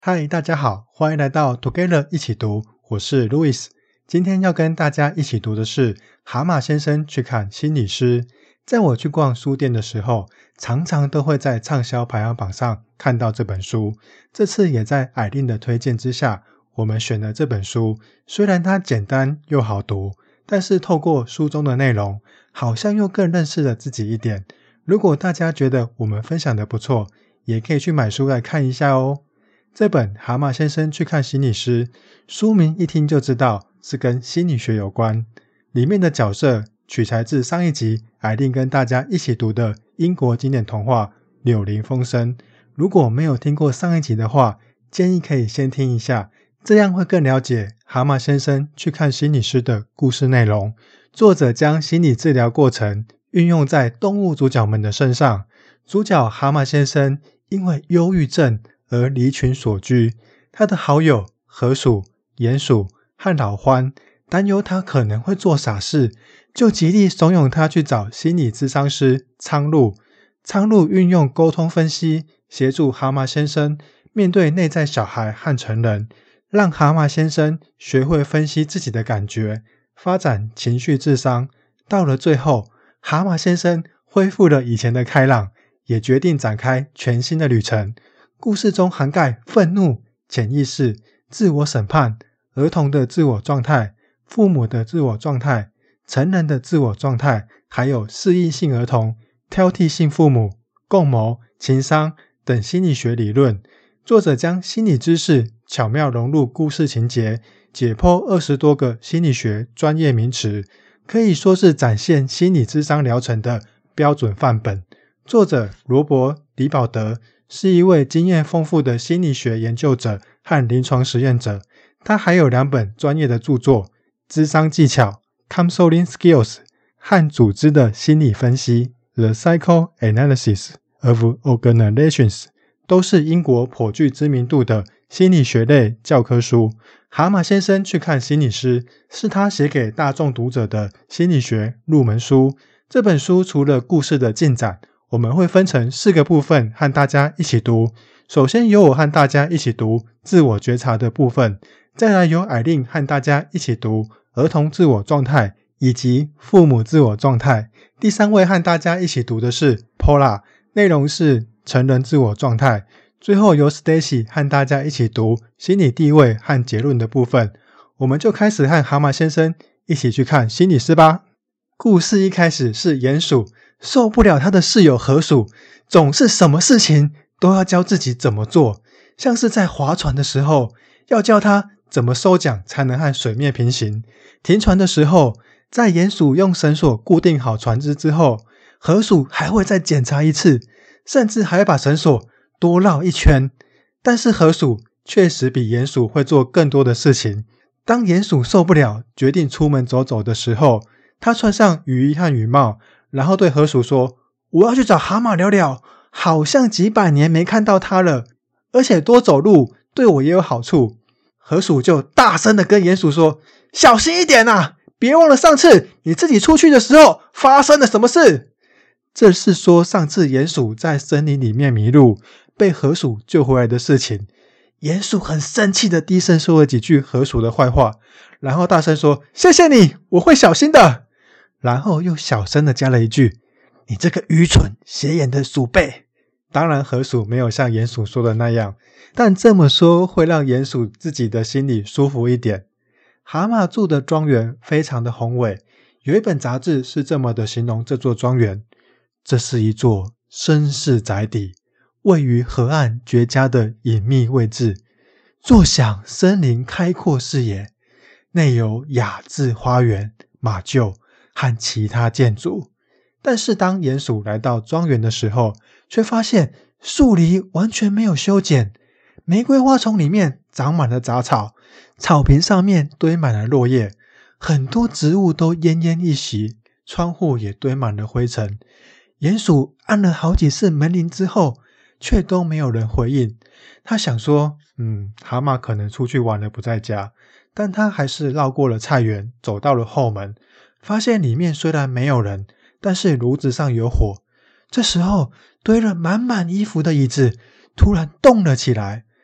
嗨，大家好，欢迎来到 Together 一起读，我是 Louis。今天要跟大家一起读的是蛤蟆先生去看心理师。在我去逛书店的时候，常常都会在畅销排行榜上看到这本书。这次也在艾琳的推荐之下，我们选了这本书。虽然它简单又好读，但是透过书中的内容，好像又更认识了自己一点。如果大家觉得我们分享的不错，也可以去买书来看一下哦。这本《蛤蟆先生去看心理师》，书名一听就知道是跟心理学有关。里面的角色取材自上一集艾琳跟大家一起读的英国经典童话《柳林风声》。如果没有听过上一集的话，建议可以先听一下，这样会更了解蛤蟆先生去看心理师的故事内容。作者将心理治疗过程运用在动物主角们的身上。主角蛤蟆先生因为忧郁症而离群索居，他的好友河鼠、鼹鼠和老獾担忧他可能会做傻事，就极力怂恿他去找心理咨商师苍鹭。苍鹭运用沟通分析，协助蛤蟆先生面对内在小孩和成人，让蛤蟆先生学会分析自己的感觉，发展情绪智商。到了最后，蛤蟆先生恢复了以前的开朗，也决定展开全新的旅程。故事中涵盖愤怒、潜意识、自我审判、儿童的自我状态、父母的自我状态、成人的自我状态，还有适应性儿童、挑剔性父母、共谋、情商等心理学理论。作者将心理知识巧妙融入故事情节，解剖20多个心理学专业名词，可以说是展现心理咨商疗程的标准范本。作者罗伯·李保德是一位经验丰富的心理学研究者和临床实验者，他还有2本专业的著作：咨商技巧 Counseling Skills 和组织的心理分析 The Psychoanalysis of Organizations， 都是英国颇具知名度的心理学类教科书。蛤蟆先生去看心理师是他写给大众读者的心理学入门书。这本书除了故事的进展，我们会分成4个部分和大家一起读。首先由我和大家一起读自我觉察的部分，再来由艾琳和大家一起读儿童自我状态以及父母自我状态。第3位和大家一起读的是 Paula， 内容是成人自我状态。最后由 Stacy 和大家一起读心理地位和结论的部分。我们就开始和蛤蟆先生一起去看心理师吧。故事一开始是鼹鼠受不了他的室友河鼠，总是什么事情都要教自己怎么做，像是在划船的时候，要教他怎么收桨才能和水面平行；停船的时候，在鼹鼠用绳索固定好船只之后，河鼠还会再检查一次，甚至还会把绳索多绕一圈。但是河鼠确实比鼹鼠会做更多的事情。当鼹鼠受不了，决定出门走走的时候，他穿上雨衣和雨帽，然后对河鼠说：“我要去找蛤蟆聊聊，好像几百年没看到他了，而且多走路对我也有好处。”河鼠就大声的跟鼹鼠说：“小心一点啊，别忘了上次你自己出去的时候发生了什么事。”这是说上次鼹鼠在森林里面迷路，被河鼠救回来的事情。鼹鼠很生气的低声说了几句河鼠的坏话，然后大声说：“谢谢你，我会小心的。”然后又小声的加了一句：“你这个愚蠢斜眼的鼠辈。”当然河鼠没有像鼹鼠说的那样，但这么说会让鼹鼠自己的心里舒服一点。蛤蟆住的庄园非常的宏伟，有一本杂志是这么的形容这座庄园：这是一座绅士宅邸，位于河岸绝佳的隐秘位置，坐享森林开阔视野，内有雅致花园、马厩和其他建筑。但是当鼹鼠来到庄园的时候，却发现树篱完全没有修剪，玫瑰花丛里面长满了杂草，草坪上面堆满了落叶，很多植物都奄奄一息，窗户也堆满了灰尘。鼹鼠按了好几次门铃之后，却都没有人回应。他想说，蛤蟆可能出去玩了不在家，但他还是绕过了菜园，走到了后门，发现里面虽然没有人，但是炉子上有火。这时候堆了满满衣服的椅子突然动了起来，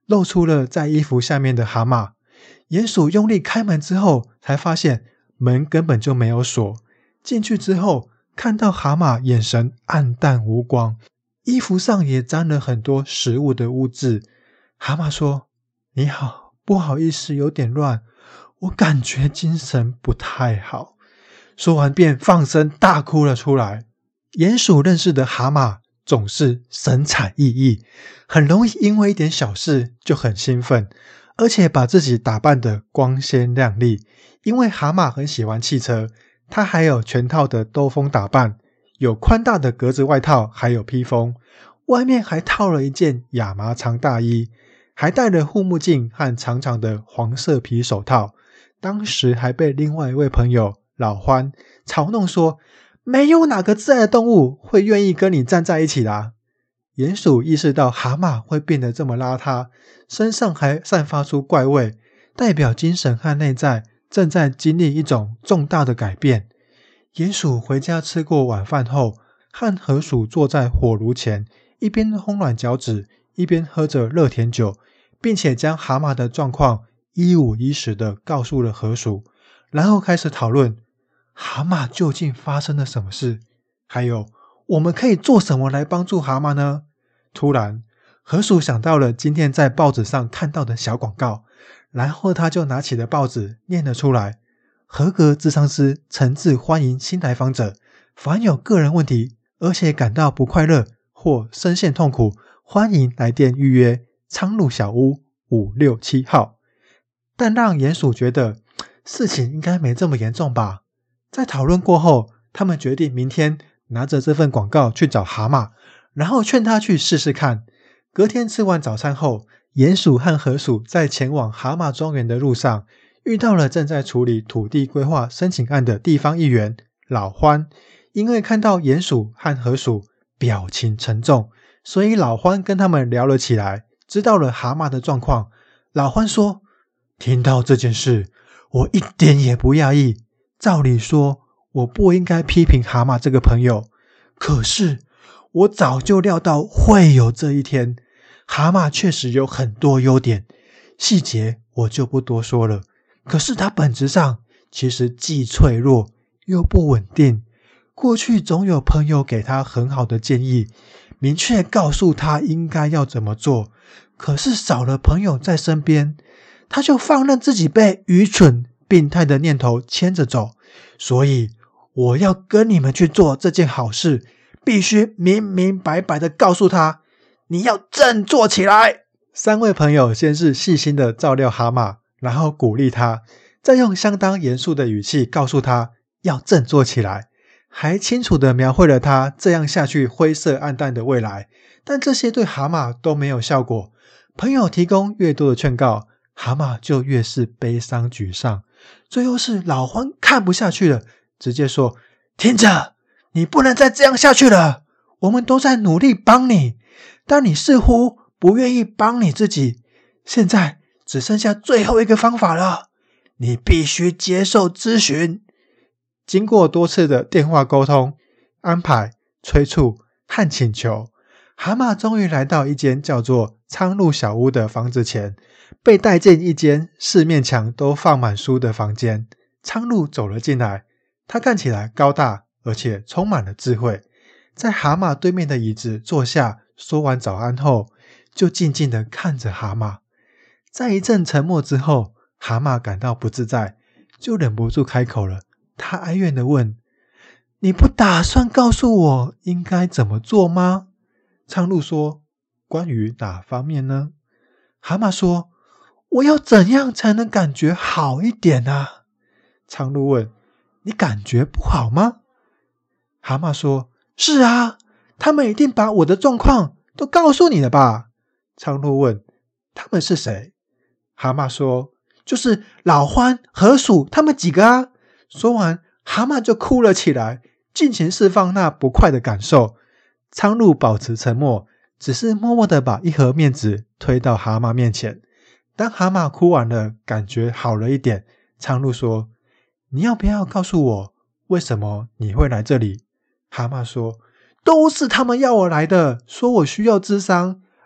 露出了在衣服下面的蛤蟆。鼹鼠用力开门之后，才发现门根本就没有锁。进去之后，看到蛤蟆眼神暗淡无光，衣服上也沾了很多食物的污渍。蛤蟆说：你好，不好意思，有点乱，我感觉精神不太好。说完便放声大哭了出来。鼹鼠认识的蛤蟆总是神采奕奕，很容易因为一点小事就很兴奋，而且把自己打扮得光鲜亮丽。因为蛤蟆很喜欢汽车，它还有全套的兜风打扮，有宽大的格子外套，还有披风，外面还套了一件亚麻长大衣，还戴了护目镜和长长的黄色皮手套。当时还被另外一位朋友老獾嘲弄说，没有哪个自爱的动物会愿意跟你站在一起啦。鼹鼠意识到蛤蟆会变得这么邋遢，身上还散发出怪味，代表精神和内在正在经历一种重大的改变。鼹鼠回家吃过晚饭后，和河鼠坐在火炉前，一边烘软脚趾，一边喝着热甜酒，并且将蛤蟆的状况一五一十地告诉了河鼠，然后开始讨论蛤蟆究竟发生了什么事，还有我们可以做什么来帮助蛤蟆呢？突然，河鼠想到了今天在报纸上看到的小广告，然后他就拿起了报纸念了出来：合格諮商師诚挚歡迎新來訪者，凡有個人問題，而且感到不快樂或深陷痛苦，歡迎來電預約蒼鷺小屋567號。但讓鼹鼠覺得事情應該沒這麼嚴重吧。在討論過後，他們決定明天拿着這份廣告去找蛤蟆，然後勸他去試試看。隔天吃完早餐後，鼹鼠和河鼠在前往蛤蟆莊園的路上，遇到了正在處理土地規劃申請案的地方議員老獾。因為看到鼹鼠和河鼠表情沉重，所以老獾跟他們聊了起來，知道了蛤蟆的狀況。老獾說：聽到這件事，我一點也不訝異。照理說，我不應該批評蛤蟆這個朋友，可是我早就料到會有這一天。蛤蟆確實有很多優點，細節我就不多說了。可是它本質上其實既脆弱又不穩定。過去總有朋友給他很好的建議，明確告訴他應該要怎麼做，可是少了朋友在身邊，他就放任自己被愚蠢病態的念頭牽着走。所以我要跟你們去做這件好事，必須明明白白的告訴他，你要振作起來。三位朋友先是細心的照料蛤蟆，然後鼓勵他，再用相當嚴肅的語氣告訴他要振作起來，還清楚地描繪了他這樣下去灰色暗淡的未來。但這些對蛤蟆都沒有效果，朋友提供越多的勸告，蛤蟆就越是悲傷沮喪。最後是老獾看不下去了，直接說：停着，你不能再這樣下去了，我們都在努力幫你，但你似乎不願意幫你自己，現在只剩下最後一個方法了，你必須接受諮詢。經過多次的電話溝通、安排、催促和請求，蛤蟆終於來到一間叫做蒼鷺小屋的房子前，被帶進一間四面牆都放滿書的房間。蒼鷺走了進來，他看起來高大，而且充滿了智慧。在蛤蟆對面的椅子坐下，說完早安後，就靜靜地看着蛤蟆。在一陣沉默之後，蛤蟆感到不自在，就忍不住開口了。他哀怨地問：你不打算告訴我應該怎麼做嗎？蒼鷺說：關於哪方面呢？蛤蟆說：我要怎樣才能感覺好一點啊？蒼鷺問：你感覺不好嗎？蛤蟆說：是啊，他們一定把我的狀況都告訴你了吧？蒼鷺問：他們是誰？蛤蟆說：就是老獾、河鼠他們幾個啊。說完，蛤蟆就哭了起來，盡情釋放那不快的感受。蒼鷺保持沉默，只是默默地把一盒面紙推到蛤蟆面前。當蛤蟆哭完了，感覺好了一點，蒼鷺說：你要不要告訴我，為什麼你會來這裡？蛤蟆說：都是他們要我來的，說我需要諮商，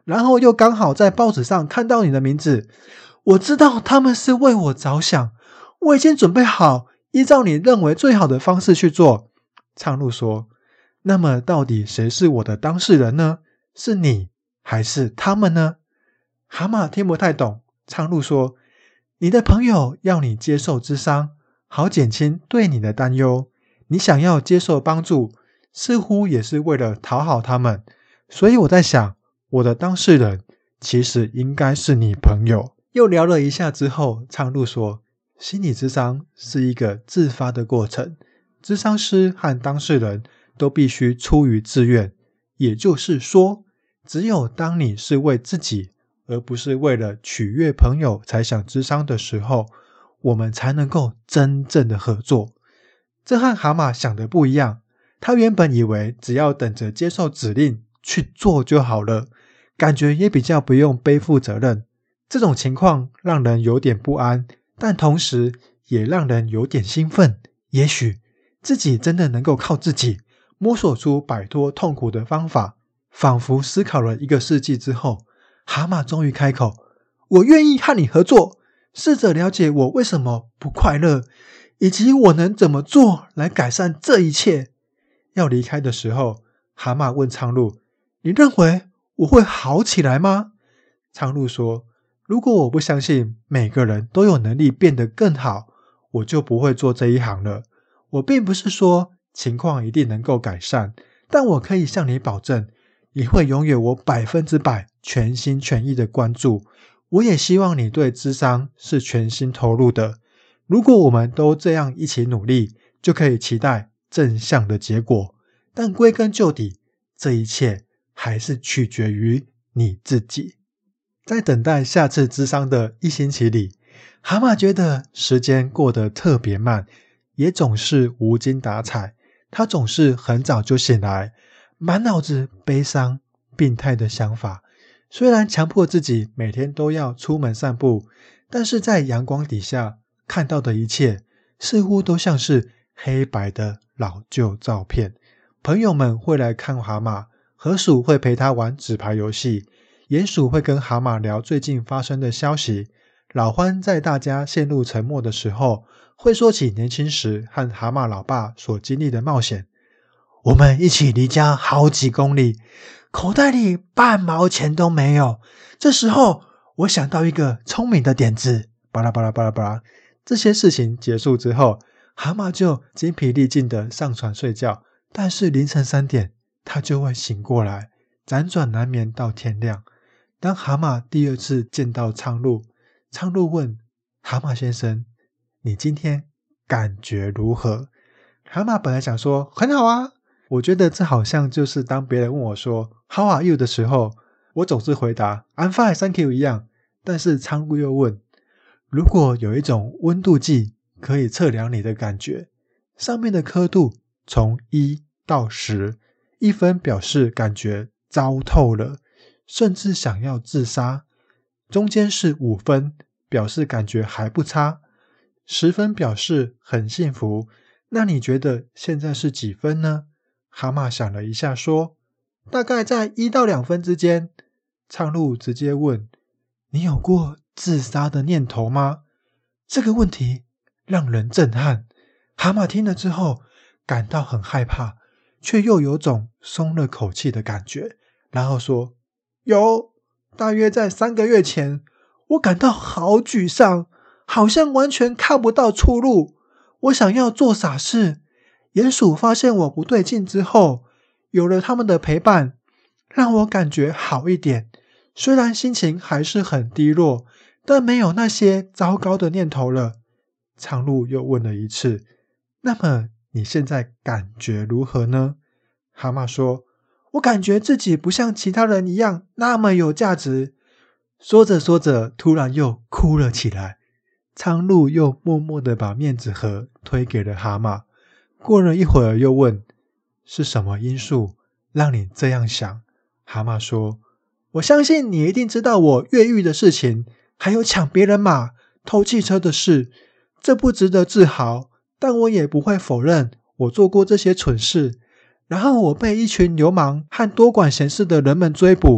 然后又刚好在报纸上看到你的名字。我知道他们是为我着想，我已经准备好依照你认为最好的方式去做。苍鹭说，那么到底谁是我的当事人呢？是你还是他们呢？蛤蟆听不太懂。苍鹭说，你的朋友要你接受咨商，好减轻对你的担忧。你想要接受帮助，似乎也是为了讨好他们。所以我在想，我的当事人其实应该是你朋友。又聊了一下之后，苍鹭说，心理咨商是一个自发的过程，咨商师和当事人都必须出于自愿。也就是说，只有当你是为自己而不是为了取悦朋友才想咨商的时候，我们才能够真正的合作。这和蛤蟆想的不一样，他原本以为只要等着接受指令去做就好了，感觉也比较不用背负责任。这种情况让人有点不安，但同时也让人有点兴奋。也许自己真的能够靠自己摸索出摆脱痛苦的方法。仿佛思考了1个世纪之后，蛤蟆终于开口，我愿意和你合作，试着了解我为什么不快乐，以及我能怎么做来改善这一切。要离开的时候，蛤蟆问苍鹭，你认为我会好起来吗？苍鹭说，如果我不相信每个人都有能力变得更好，我就不会做这一行了。我并不是说情况一定能够改善，但我可以向你保证，你会拥有我100%全心全意的关注。我也希望你对咨商是全心投入的。如果我们都这样一起努力，就可以期待正向的结果。但归根究底，这一切还是取决于你自己。在等待下次咨商的1星期里，蛤蟆觉得时间过得特别慢，也总是无精打采。他总是很早就醒来，满脑子悲伤、病态的想法。虽然强迫自己每天都要出门散步，但是在阳光底下看到的一切，似乎都像是黑白的老旧照片。朋友们会来看蛤蟆，河鼠会陪他玩纸牌游戏，鼹鼠会跟蛤蟆聊最近发生的消息，老獾在大家陷入沉默的时候，会说起年轻时和蛤蟆老爸所经历的冒险。我们一起离家好几公里，口袋里半毛钱都没有。这时候我想到一个聪明的点子，巴拉巴拉巴拉巴拉。这些事情结束之后，蛤蟆就精疲力尽的上床睡觉，但是凌晨3点他就会醒过来，辗转难眠到天亮。当蛤蟆第2次见到苍鹭，苍鹭问蛤蟆先生，你今天感觉如何？蛤蟆本来想说很好啊，我觉得这好像就是当别人问我说 How are you 的时候，我总是回答 I'm fine, thank you 一样。但是苍鹭又问，如果有一种温度计可以测量你的感觉，上面的刻度从1到10，1分表示感觉糟透了，甚至想要自杀，中间是5分，表示感觉还不差，10分表示很幸福。那你觉得现在是几分呢？蛤蟆想了一下说，大概在1到2分之间。苍鹭直接问，你有过自杀的念头吗？这个问题让人震撼。蛤蟆听了之后感到很害怕，却又有种松了口气的感觉，然后说，有，大约在3个月前，我感到好沮丧，好像完全看不到出路。我想要做傻事，鼹鼠发现我不对劲之后，有了他们的陪伴，让我感觉好一点。虽然心情还是很低落，但没有那些糟糕的念头了。苍鹭又问了一次，那么你现在感觉如何呢？蛤蟆说，我感觉自己不像其他人一样那么有价值。说着说着，突然又哭了起来。苍鹭又默默地把面子盒推给了蛤蟆。过了一会儿又问，是什么因素让你这样想？蛤蟆说，我相信你一定知道我越狱的事情，还有抢别人马、偷汽车的事。这不值得自豪，但我也不会否认我做过这些蠢事。然后我被一群流氓和多管闲事的人们追捕，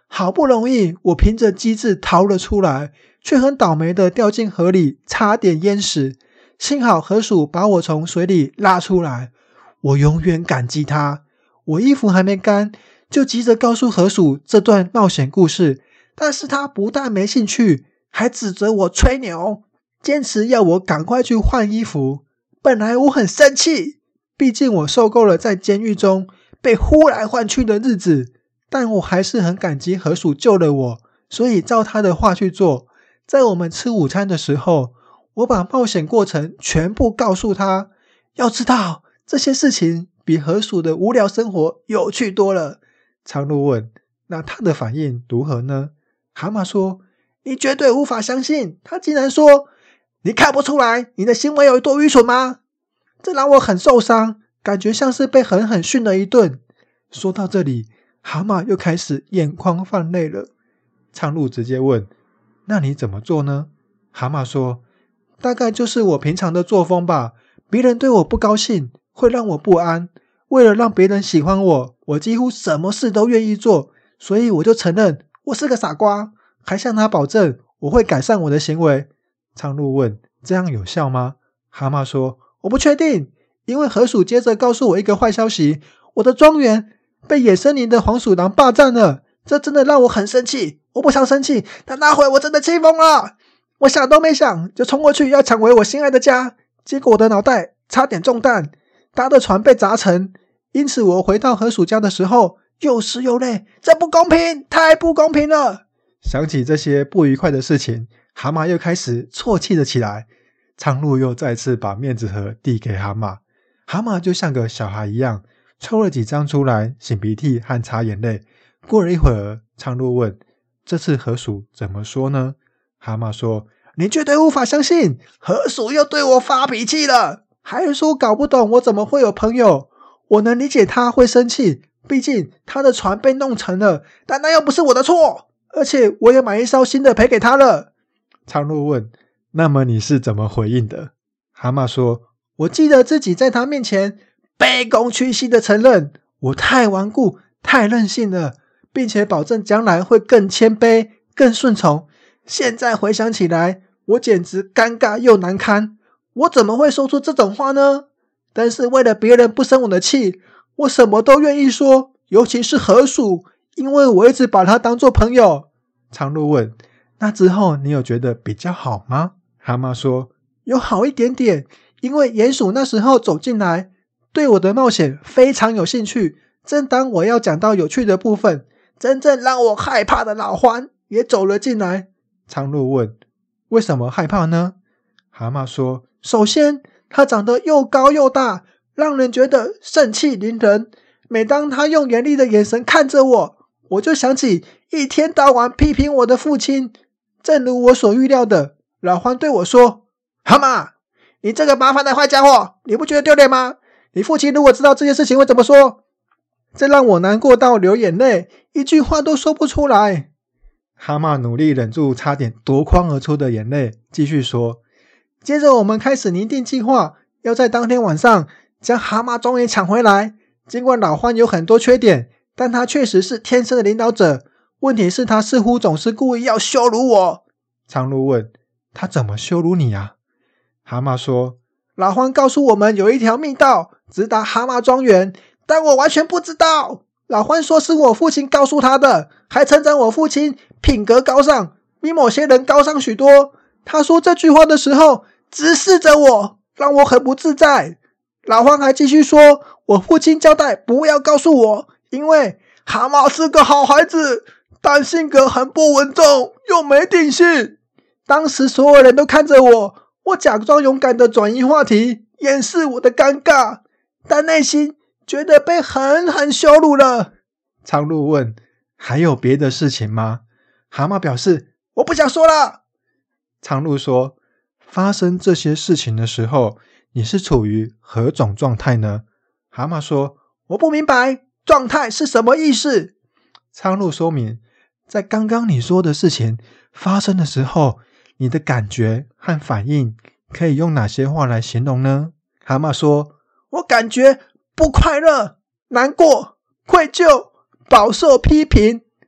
好不容易我凭着机智逃了出来，却很倒霉的掉进河里，差点淹死。幸好河鼠把我从水里拉出来，我永远感激他。我衣服还没干，就急着告诉河鼠这段冒险故事，但是他不但没兴趣，还指责我吹牛，坚持要我赶快去换衣服。本来我很生气，毕竟我受够了在监狱中被呼来唤去的日子，但我还是很感激河鼠救了我，所以照他的话去做。在我们吃午餐的时候，我把冒险过程全部告诉他。要知道，这些事情比河鼠的无聊生活有趣多了。苍鹭问，那他的反应如何呢？蛤蟆说，你绝对无法相信，他竟然说，你看不出来你的行为有多愚蠢吗？这让我很受伤，感觉像是被狠狠训了一顿。说到这里，蛤蟆又开始眼眶泛泪了。苍鹭直接问，那你怎么做呢？蛤蟆说，大概就是我平常的作风吧，别人对我不高兴，会让我不安。为了让别人喜欢我，我几乎什么事都愿意做，所以我就承认我是个傻瓜，还向他保证我会改善我的行为。苍鹭问，这样有效吗？蛤蟆说，我不确定，因为河鼠接着告诉我一个坏消息，我的庄园被野生林的黄鼠狼霸占了，这真的让我很生气。我不想生气，但那会我真的气疯了。我想都没想就冲过去要抢回我心爱的家，结果我的脑袋差点中弹，搭的船被砸沉。因此我回到河鼠家的时候又湿又累，这不公平，太不公平了。想起这些不愉快的事情，蛤蟆又开始啜泣了起来。苍鹭又再次把面子盒递给蛤蟆，蛤蟆就像个小孩一样抽了几张出来擤鼻涕和擦眼泪。过了一会儿，苍鹭问，这次河鼠怎么说呢？蛤蟆说，你绝对无法相信，河鼠又对我发脾气了，还说搞不懂我怎么会有朋友。我能理解他会生气，毕竟他的船被弄沉了，但那又不是我的错，而且我也买一艘新的赔给他了。苍鹭问，那么你是怎么回应的？蛤蟆说，我记得自己在他面前卑躬屈膝的承认我太顽固太任性了，并且保证将来会更谦卑更顺从。现在回想起来，我简直尴尬又难堪，我怎么会说出这种话呢？但是为了别人不生我的气，我什么都愿意说，尤其是河鼠，因为我一直把它当作朋友。苍鹭问，那之后你有觉得比较好吗？蛤蟆说，有好一点点，因为鼹鼠那时候走进来，对我的冒险非常有兴趣。正当我要讲到有趣的部分，真正让我害怕的老獾也走了进来。苍鹭问，为什么害怕呢？蛤蟆说，首先他长得又高又大，让人觉得盛气凌人。每当他用严厉的眼神看着我，我就想起一天到晚批评我的父亲。正如我所预料的，老獾对我说，蛤蟆，你这个麻烦的坏家伙，你不觉得丢脸吗？你父亲如果知道这件事情会怎么说？这让我难过到流眼泪，一句话都说不出来。蛤蟆努力忍住差点夺眶而出的眼泪，继续说，接着我们开始拟定计划，要在当天晚上将蛤蟆庄园抢回来。尽管老獾有很多缺点，但他确实是天生的领导者，问题是他似乎总是故意要羞辱我。苍鹭问，他怎么羞辱你啊？蛤蟆说，老獾告诉我们有一条密道直达蛤蟆庄园，但我完全不知道。老獾说是我父亲告诉他的，还称赞我父亲品格高尚，比某些人高尚许多。他说这句话的时候直视着我，让我很不自在。老獾还继续说，我父亲交代不要告诉我，因为蛤蟆是个好孩子，但性格很不稳重，又没定性。当时所有人都看着我，我假装勇敢的转移话题，掩饰我的尴尬，但内心觉得被狠狠羞辱了。苍鹭问，还有别的事情吗？蛤蟆表示，我不想说了。苍鹭说，发生这些事情的时候，你是处于何种状态呢？蛤蟆说，我不明白状态是什么意思。苍鹭说明，在刚刚你说的事情发生的时候，你的感觉和反应可以用哪些话来形容呢？蛤蟆说，我感觉不快乐、难过、愧疚、饱受批评。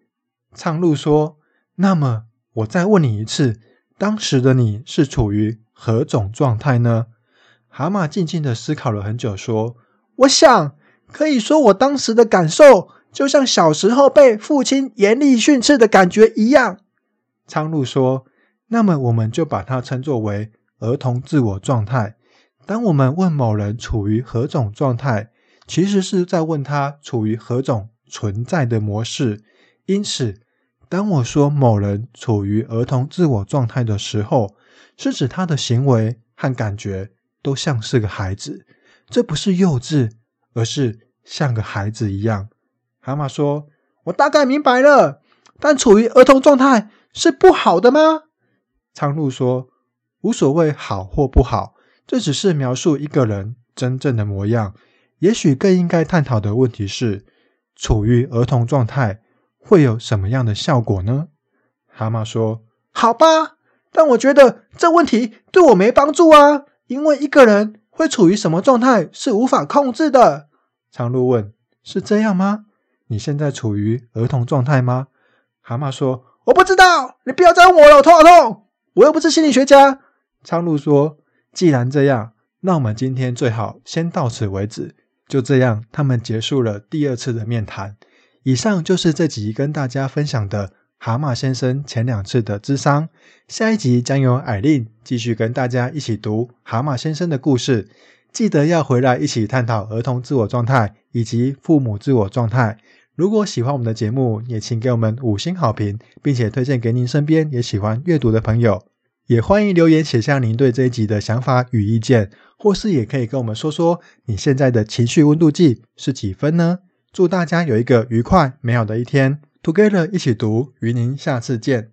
苍鹭说，那么我再问你一次，当时的你是处于何种状态呢？蛤蟆静静地思考了很久说， 我想可以说我当时的感受就像小时候被父亲严厉训斥的感觉一样。 苍鹭说，那么我们就把它称作为儿童自我状态。当我们问某人处于何种状态，其实是在问他处于何种存在的模式。因此，当我说某人处于儿童自我状态的时候，是指他的行为和感觉都像是个孩子。这不是幼稚，而是像个孩子一样。蛤蟆说， 我大概明白了，但处于儿童状态是不好的吗？ 苍鹭说，无所谓好或不好，这只是描述一个人真正的模样。也许更应该探讨的问题是，处于儿童状态会有什么样的效果呢？蛤蟆说， 好吧，但我觉得这问题对我没帮助啊，因为一个人会处于什么状态是无法控制的。 苍鹭问，是这样吗？你现在处于儿童状态吗？蛤蟆说， 我不知道，你不要再问我了，我头好痛，我又不是心理学家。 苍鹭说，既然这样，那我们今天最好先到此为止。就这样，他们结束了第二次的面谈。以上就是这集跟大家分享的蛤蟆先生前2次的諮商。下一集将由艾琳继续跟大家一起读蛤蟆先生的故事。记得要回来一起探讨儿童自我状态以及父母自我状态。如果喜欢我们的节目，也请给我们5星好评，并且推荐给您身边也喜欢阅读的朋友。也欢迎留言写下您对这一集的想法与意见，或是也可以跟我们说说你现在的情绪温度计是几分呢？祝大家有一个愉快美好的一天。Together 一起读，与您下次见。